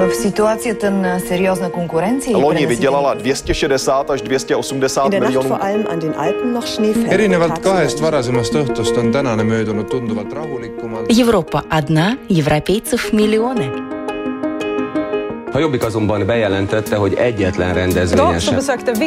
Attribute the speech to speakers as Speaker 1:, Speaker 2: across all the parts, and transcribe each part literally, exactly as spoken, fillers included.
Speaker 1: V situaci ten seriózna konkurenci.
Speaker 2: Loni vydělala dvě stě šedesát až dvě stě osmdesát milionů.
Speaker 3: Erinevalt kahest varasemast õhtust on tänane möödunud tunduvalt rahulikumalt.
Speaker 4: Европа одна, европейцев миллионы.
Speaker 5: A Jobbik azonban bejelentette, hogy egyetlen rendezvényen sem.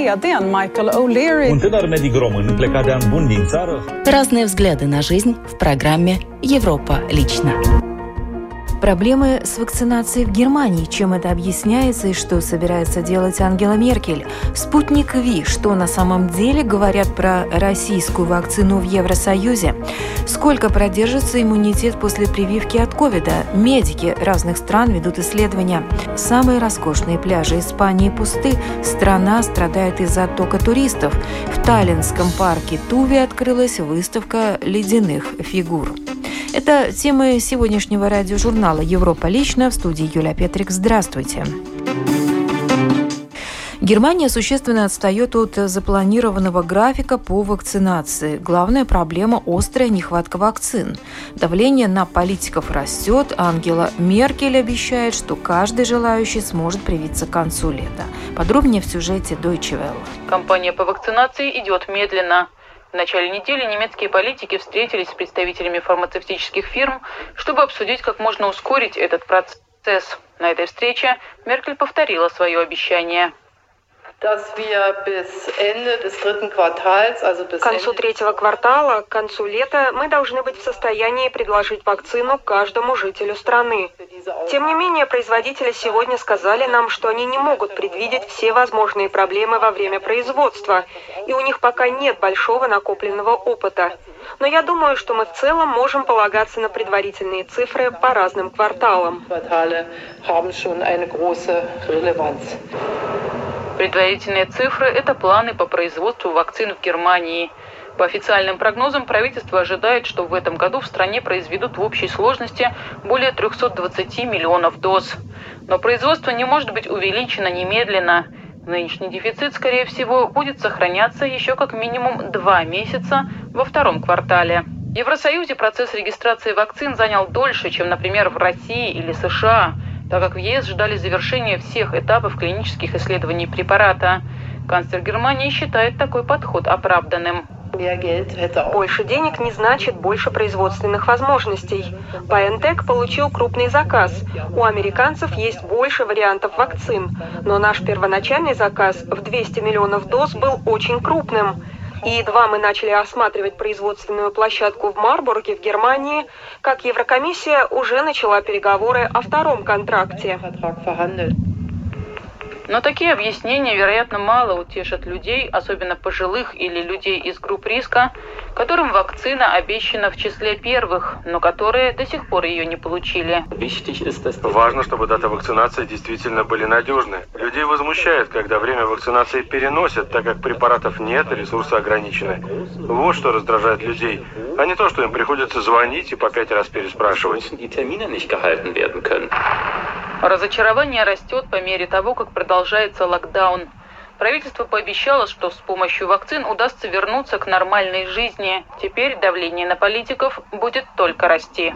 Speaker 4: Разные взгляды на жизнь в программе «Европа лично».
Speaker 6: Проблемы с вакцинацией в Германии. Чем это объясняется и что собирается делать Ангела Меркель? Спутник Ви. Что на самом деле говорят про российскую вакцину в Евросоюзе? Сколько продержится иммунитет после прививки от ковида? Медики разных стран ведут исследования. Самые роскошные пляжи Испании пусты. Страна страдает из-за оттока туристов. В таллинском парке Туви открылась выставка ледяных фигур. Это темы сегодняшнего радиожурнала «Европа лично». В студии Юлия Петрик. Здравствуйте. Германия существенно отстает от запланированного графика по вакцинации. Главная проблема – острая нехватка вакцин. Давление на политиков растет. Ангела Меркель обещает, что каждый желающий сможет привиться к концу лета. Подробнее в сюжете Deutsche Welle.
Speaker 7: Кампания по вакцинации идет медленно. В начале недели немецкие политики встретились с представителями фармацевтических фирм, чтобы обсудить, как можно ускорить этот процесс. На этой встрече Меркель повторила свое обещание.
Speaker 8: К концу третьего квартала, к концу лета, мы должны быть в состоянии предложить вакцину каждому жителю страны. Тем не менее, производители сегодня сказали нам, что они не могут предвидеть все возможные проблемы во время производства, и у них пока нет большого накопленного опыта. Но я думаю, что мы в целом можем полагаться на предварительные цифры по разным кварталам.
Speaker 7: Предварительные цифры – это планы по производству вакцин в Германии. По официальным прогнозам, правительство ожидает, что в этом году в стране произведут в общей сложности более триста двадцать миллионов доз. Но производство не может быть увеличено немедленно. Нынешний дефицит, скорее всего, будет сохраняться еще как минимум два месяца во втором квартале. В Евросоюзе процесс регистрации вакцин занял дольше, чем, например, в России или США, так как в ЕС ждали завершения всех этапов клинических исследований препарата. Канцлер Германии считает такой подход оправданным.
Speaker 8: Больше денег не значит больше производственных возможностей. BioNTech получил крупный заказ. У американцев есть больше вариантов вакцин. Но наш первоначальный заказ в двести миллионов доз был очень крупным. И едва мы начали осматривать производственную площадку в Марбурге в Германии, как Еврокомиссия уже начала переговоры о втором контракте.
Speaker 7: Но такие объяснения, вероятно, мало утешат людей, особенно пожилых или людей из групп риска, которым вакцина обещана в числе первых, но которые до сих пор ее не получили.
Speaker 9: Важно, чтобы даты вакцинации действительно были надежны. Людей возмущает, когда время вакцинации переносят, так как препаратов нет, ресурсы ограничены. Вот что раздражает людей, а не то, что им приходится звонить и по пять раз переспрашивать.
Speaker 7: Разочарование растет по мере того, как продолжается локдаун. Правительство пообещало, что с помощью вакцин удастся вернуться к нормальной жизни. Теперь давление на политиков будет только расти.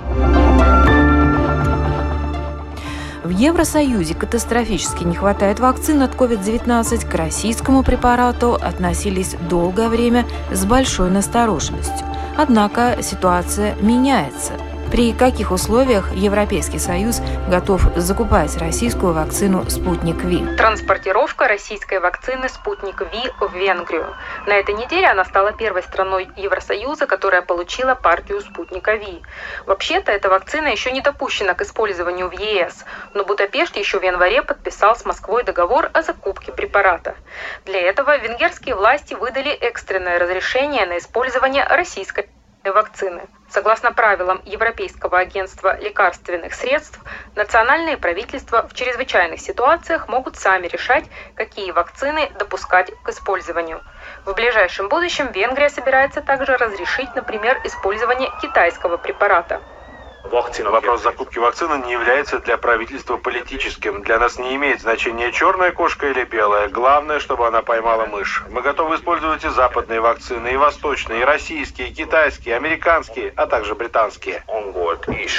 Speaker 6: В Евросоюзе катастрофически не хватает вакцин от ковид девятнадцать. К российскому препарату относились долгое время с большой настороженностью. Однако ситуация меняется. При каких условиях Европейский Союз готов закупать российскую вакцину «Спутник Ви»?
Speaker 8: Транспортировка российской вакцины «Спутник Ви» в Венгрию. На этой неделе она стала первой страной Евросоюза, которая получила партию «Спутника Ви». Вообще-то эта вакцина еще не допущена к использованию в ЕС, но Будапешт еще в январе подписал с Москвой договор о закупке препарата. Для этого венгерские власти выдали экстренное разрешение на использование российской вакцины. Согласно правилам Европейского агентства лекарственных средств, национальные правительства в чрезвычайных ситуациях могут сами решать, какие вакцины допускать к использованию. В ближайшем будущем Венгрия собирается также разрешить, например, использование китайского препарата.
Speaker 9: Вопрос закупки вакцины не является для правительства политическим. Для нас не имеет значения, черная кошка или белая. Главное, чтобы она поймала мышь. Мы готовы использовать и западные вакцины, и восточные, и российские, и китайские, и американские, а также британские.
Speaker 8: В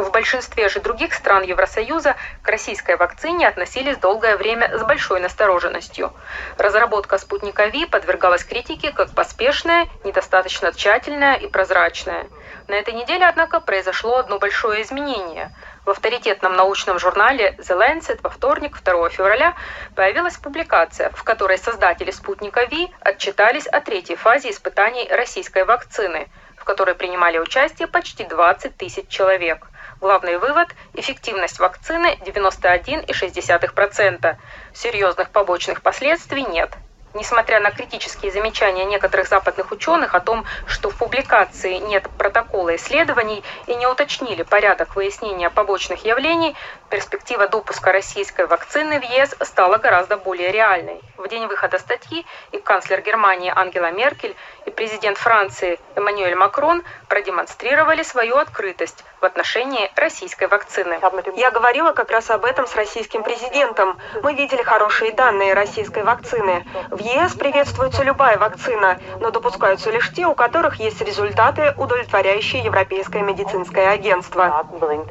Speaker 8: В большинстве же других стран Евросоюза к российской вакцине относились долгое время с большой настороженностью. Разработка спутника Ви подвергалась критике как поспешная, недостаточно тщательная и прозрачная. На этой неделе, однако, произошло одно большое изменение. В авторитетном научном журнале The Lancet во вторник, второго февраля, появилась публикация, в которой создатели спутника Ви отчитались о третьей фазе испытаний российской вакцины, в которой принимали участие почти двадцать тысяч человек. Главный вывод – эффективность вакцины девяносто один целых шесть десятых процента. Серьезных побочных последствий нет. Несмотря на критические замечания некоторых западных ученых о том, что в публикации нет протокола исследований и не уточнили порядок выяснения побочных явлений, перспектива допуска российской вакцины в ЕС стала гораздо более реальной. В день выхода статьи и канцлер Германии Ангела Меркель, и президент Франции Эммануэль Макрон продемонстрировали свою открытость в отношении российской вакцины.
Speaker 10: Я говорила как раз об этом с российским президентом. Мы видели хорошие данные российской вакцины. В ЕС приветствуется любая вакцина, но допускаются лишь те, у которых есть результаты, удовлетворяющие Европейское медицинское агентство.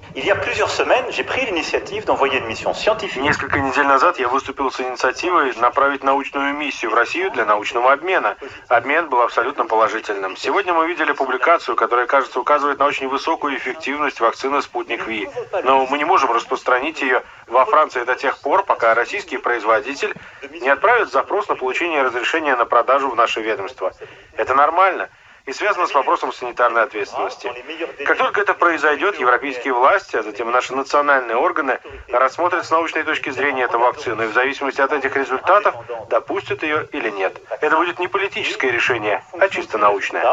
Speaker 9: Несколько недель назад я выступил с инициативой направить научную миссию в Россию для научного обмена. Обмен был абсолютно положительным. Сегодня мы видели публикацию, которая, кажется, указывает на очень высокую эффективность вакцины «Спутник Ви». Но мы не можем распространить ее во Франции до тех пор, пока российский производитель не отправит запрос на получение разрешения на продажу в наше ведомство. Это нормально и связано с вопросом санитарной ответственности. Как только это произойдет, европейские власти, а затем наши национальные органы рассмотрят с научной точки зрения эту вакцину и в зависимости от этих результатов допустят ее или нет. Это будет не политическое решение, а чисто научное.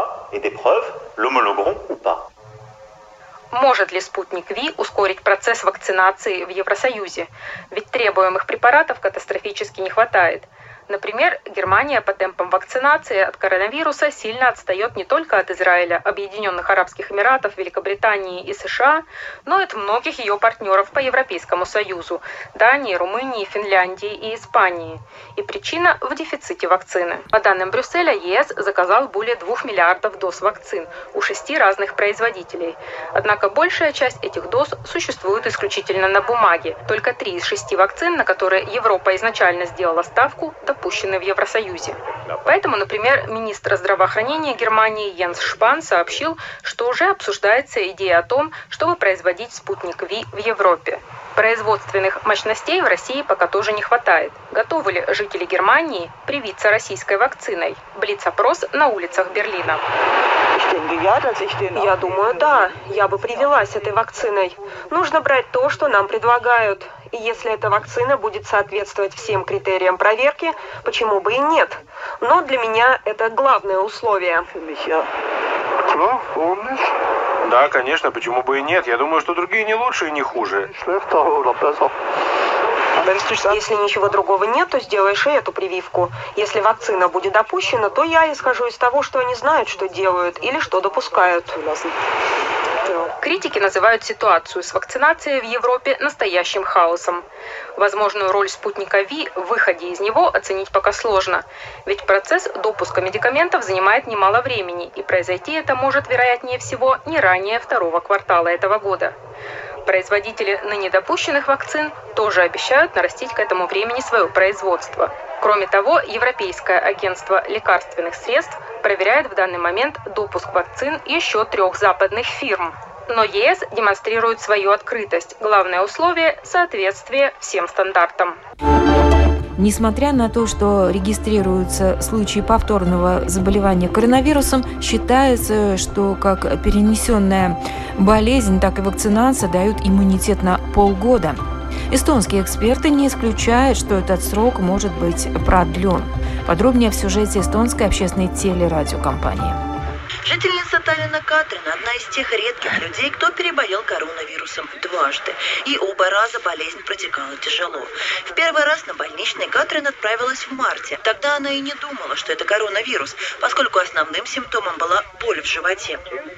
Speaker 8: Может ли спутник Ви ускорить процесс вакцинации в Евросоюзе? Ведь требуемых препаратов катастрофически не хватает. Например, Германия по темпам вакцинации от коронавируса сильно отстает не только от Израиля, Объединенных Арабских Эмиратов, Великобритании и США, но и от многих ее партнеров по Европейскому Союзу – Дании, Румынии, Финляндии и Испании. И причина в дефиците вакцины. По данным Брюсселя, ЕС заказал более двух миллиардов доз вакцин у шести разных производителей. Однако большая часть этих доз существует исключительно на бумаге. Только три из шести вакцин, на которые Европа изначально сделала ставку, допущены в Евросоюзе. Поэтому, например, министр здравоохранения Германии Йенс Шпан сообщил, что уже обсуждается идея о том, чтобы производить спутник Ви в Европе. Производственных мощностей в России пока тоже не хватает. Готовы ли жители Германии привиться российской вакциной? Блиц-опрос на улицах Берлина.
Speaker 10: Я думаю, да. Я бы привилась этой вакциной. Нужно брать то, что нам предлагают. И если эта вакцина будет соответствовать всем критериям проверки, почему бы и нет? Но для меня это главное условие.
Speaker 9: Да, конечно, почему бы и нет. Я думаю, что другие не лучше и не хуже.
Speaker 10: Если ничего другого нет, то сделаешь и эту прививку. Если вакцина будет допущена, то я исхожу из того, что они знают, что делают или что допускают.
Speaker 8: Критики называют ситуацию с вакцинацией в Европе настоящим хаосом. Возможную роль спутника Ви в выходе из него оценить пока сложно, ведь процесс допуска медикаментов занимает немало времени, и произойти это может, вероятнее всего, не ранее второго квартала этого года. Производители ныне допущенных вакцин тоже обещают нарастить к этому времени свое производство. Кроме того, Европейское агентство лекарственных средств проверяет в данный момент допуск вакцин еще трех западных фирм. Но ЕС демонстрирует свою открытость. Главное условие – соответствие всем стандартам.
Speaker 6: Несмотря на то, что регистрируются случаи повторного заболевания коронавирусом, считается, что как перенесенная болезнь, так и вакцинация дают иммунитет на полгода. Эстонские эксперты не исключают, что этот срок может быть продлен. Подробнее в сюжете эстонской общественной телерадиокомпании.
Speaker 11: Жительница Таллина Катрин – одна из тех редких людей, кто переболел коронавирусом дважды. И оба раза болезнь протекала тяжело. В первый раз на больничный Катрин отправилась в марте. Тогда она и не думала, что это коронавирус, поскольку основным симптомом была боль в животе. У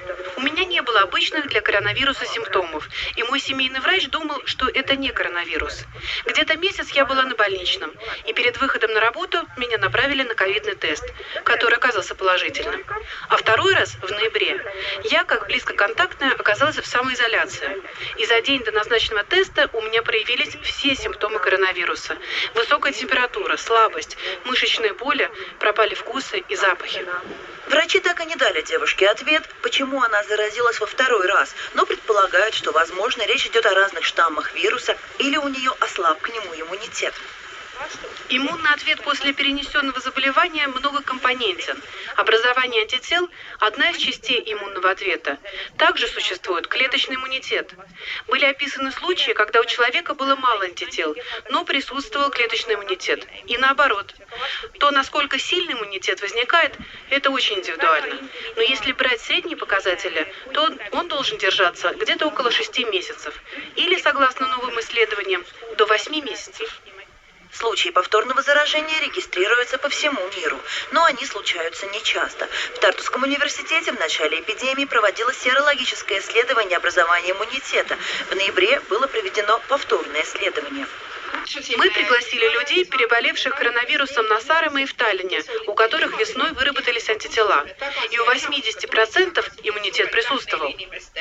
Speaker 12: меня не было обычных для коронавируса симптомов, и мой семейный врач думал, что это не коронавирус. Где-то месяц я была на больничном, и перед выходом на работу меня направили на ковидный тест, который оказался положительным. А второй раз, в ноябре, я, как близкоконтактная, оказалась в самоизоляции. И за день до назначенного теста у меня проявились все симптомы коронавируса. Высокая температура, слабость, мышечные боли, пропали вкусы и запахи.
Speaker 11: Врачи так и не дали девушке ответ, почему она заразилась во второй раз, но предполагают, что, возможно, речь идет о разных штаммах вируса или у нее ослаб к нему иммунитет.
Speaker 12: Иммунный ответ после перенесенного заболевания многокомпонентен. Образование антител – одна из частей иммунного ответа. Также существует клеточный иммунитет. Были описаны случаи, когда у человека было мало антител, но присутствовал клеточный иммунитет. И наоборот. То, насколько сильный иммунитет возникает, это очень индивидуально. Но если брать средние показатели, то он должен держаться где-то около шести месяцев. Или, согласно новым исследованиям, до восьми месяцев.
Speaker 11: Случаи повторного заражения регистрируются по всему миру, но они случаются нечасто. В Тартуском университете в начале эпидемии проводилось серологическое исследование образования иммунитета. В ноябре было проведено повторное исследование.
Speaker 12: Мы пригласили людей, переболевших коронавирусом на Саареме и в Таллине, у которых весной выработались антитела. И у восьмидесяти процентов иммунитет присутствовал.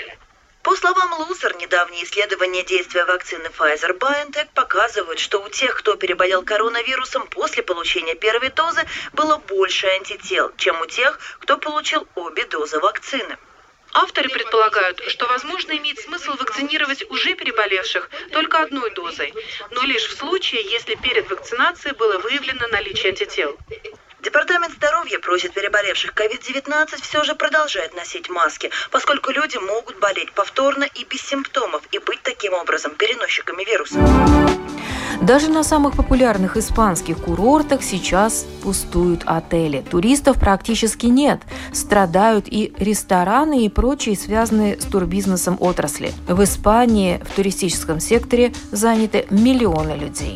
Speaker 11: По словам Лузер, недавние исследования действия вакцины Pfizer-BioNTech показывают, что у тех, кто переболел коронавирусом после получения первой дозы, было больше антител, чем у тех, кто получил обе дозы вакцины.
Speaker 12: Авторы предполагают, что, возможно, имеет смысл вакцинировать уже переболевших только одной дозой, но лишь в случае, если перед вакцинацией было выявлено наличие антител.
Speaker 11: Департамент здоровья просит переболевших ковид девятнадцать все же продолжать носить маски, поскольку люди могут болеть повторно и без симптомов и быть таким образом переносчиками вируса.
Speaker 6: Даже на самых популярных испанских курортах сейчас пустуют отели. Туристов практически нет. Страдают и рестораны, и прочие связанные с турбизнесом отрасли. В Испании в туристическом секторе заняты миллионы людей.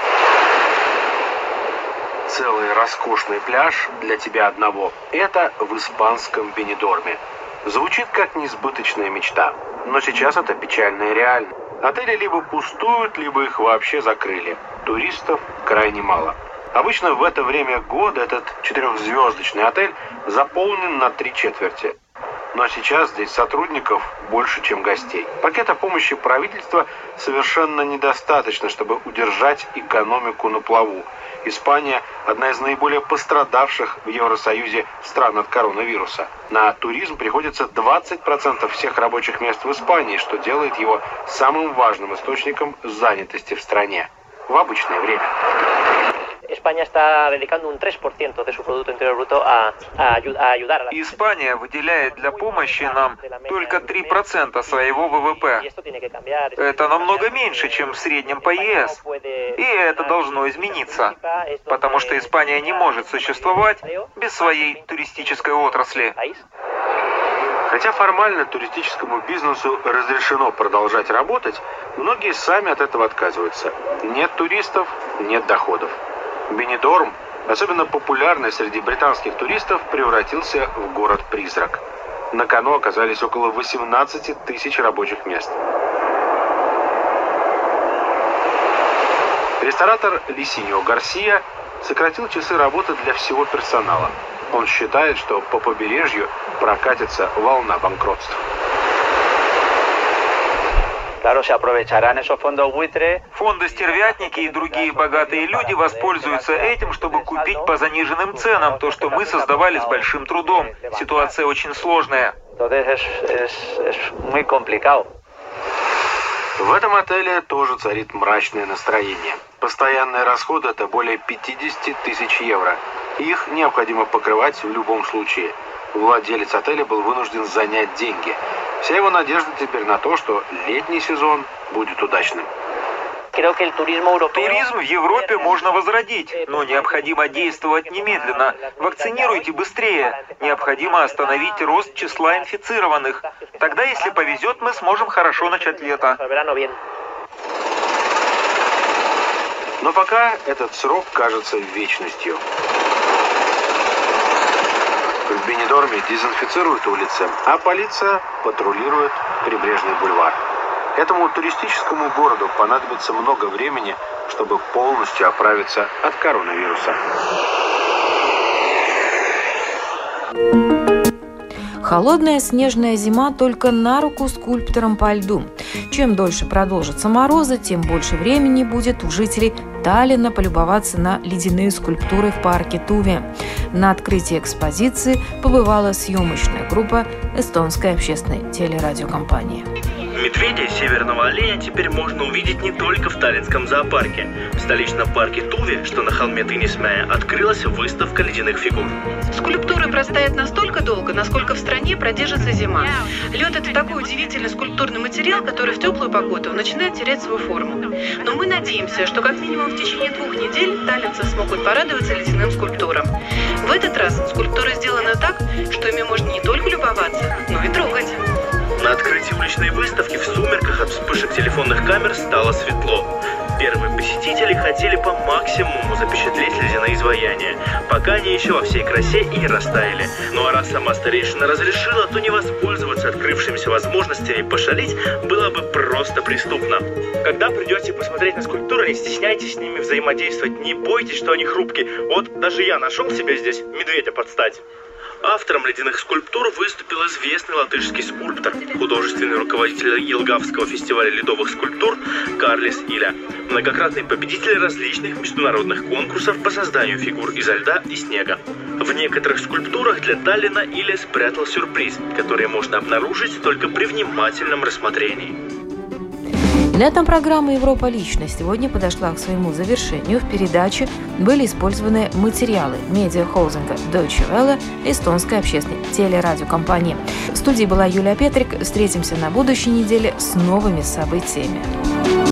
Speaker 9: Целый роскошный пляж для тебя одного. Это в испанском Бенидорме. Звучит как несбыточная мечта, но сейчас это печальная реальность. Отели либо пустуют, либо их вообще закрыли. Туристов крайне мало. Обычно в это время года этот четырехзвездочный отель заполнен на три четверти. Но сейчас здесь сотрудников больше, чем гостей. Пакета помощи правительства совершенно недостаточно, чтобы удержать экономику на плаву. Испания – одна из наиболее пострадавших в Евросоюзе стран от коронавируса. На туризм приходится двадцать процентов всех рабочих мест в Испании, что делает его самым важным источником занятости в стране в обычное время.
Speaker 13: Испания выделяет для помощи нам только три процента своего ВВП. Это намного меньше, чем в среднем по ЕС. И это должно измениться, потому что Испания не может существовать без своей туристической отрасли.
Speaker 9: Хотя формально туристическому бизнесу разрешено продолжать работать, многие сами от этого отказываются. Нет туристов – нет доходов. Бенидорм, особенно популярный среди британских туристов, превратился в город-призрак. На кону оказались около восемнадцати тысяч рабочих мест. Ресторатор Лисиньо Гарсия сократил часы работы для всего персонала. Он считает, что по побережью прокатится волна банкротств.
Speaker 13: Фонды «Стервятники» и другие богатые люди воспользуются этим, чтобы купить по заниженным ценам то, что мы создавали с большим трудом. Ситуация очень сложная.
Speaker 9: В этом отеле тоже царит мрачное настроение. Постоянные расходы – это более пятьдесят тысяч евро. Их необходимо покрывать в любом случае. Владелец отеля был вынужден занять деньги. Вся его надежда теперь на то, что летний сезон будет удачным.
Speaker 13: Туризм в Европе можно возродить, но необходимо действовать немедленно. Вакцинируйте быстрее. Необходимо остановить рост числа инфицированных. Тогда, если повезет, мы сможем хорошо начать лето.
Speaker 9: Но пока этот срок кажется вечностью. В в Бенидорме дезинфицируют улицы, а полиция патрулирует прибрежный бульвар. Этому туристическому городу понадобится много времени, чтобы полностью оправиться от коронавируса.
Speaker 6: Холодная снежная зима только на руку скульпторам по льду. Чем дольше продолжатся морозы, тем больше времени будет у жителей Таллина полюбоваться на ледяные скульптуры в парке Туве. На открытии экспозиции побывала съемочная группа эстонской общественной телерадиокомпании.
Speaker 14: Медведя северного оленя теперь можно увидеть не только в таллинском зоопарке. В столичном парке Туве, что на холме Тынисмяя, открылась выставка ледяных фигур.
Speaker 12: Скульптуры простоят настолько долго, насколько в стране продержится зима. Лед – это такой удивительный скульптурный материал, который в теплую погоду начинает терять свою форму. Но мы надеемся, что как минимум в течение двух недель таллинцы смогут порадоваться ледяным скульптурам. В этот раз скульптуры сделаны так, что ими можно не только любоваться, но и трогать.
Speaker 14: На открытии уличной выставки в сумерках от вспышек телефонных камер стало светло. Первые посетители хотели по максимуму запечатлеть ледяные изваяния, пока они еще во всей красе и не растаяли. Ну а раз сама старейшина разрешила, то не воспользоваться открывшимися возможностями пошалить было бы просто преступно. Когда придете посмотреть на скульптуры, не стесняйтесь с ними взаимодействовать, не бойтесь, что они хрупкие. Вот даже я нашел себе здесь медведя под стать. Автором ледяных скульптур выступил известный латышский скульптор, художественный руководитель Елгавского фестиваля ледовых скульптур Карлис Иля, многократный победитель различных международных конкурсов по созданию фигур изо льда и снега. В некоторых скульптурах для Таллина Иля спрятал сюрприз, который можно обнаружить только при внимательном рассмотрении.
Speaker 6: На этом программа «Европа лично» сегодня подошла к своему завершению. В передаче были использованы материалы медиахолдинга Deutsche Welle, эстонской общественной телерадиокомпании. В студии была Юлия Петрик. Встретимся на будущей неделе с новыми событиями.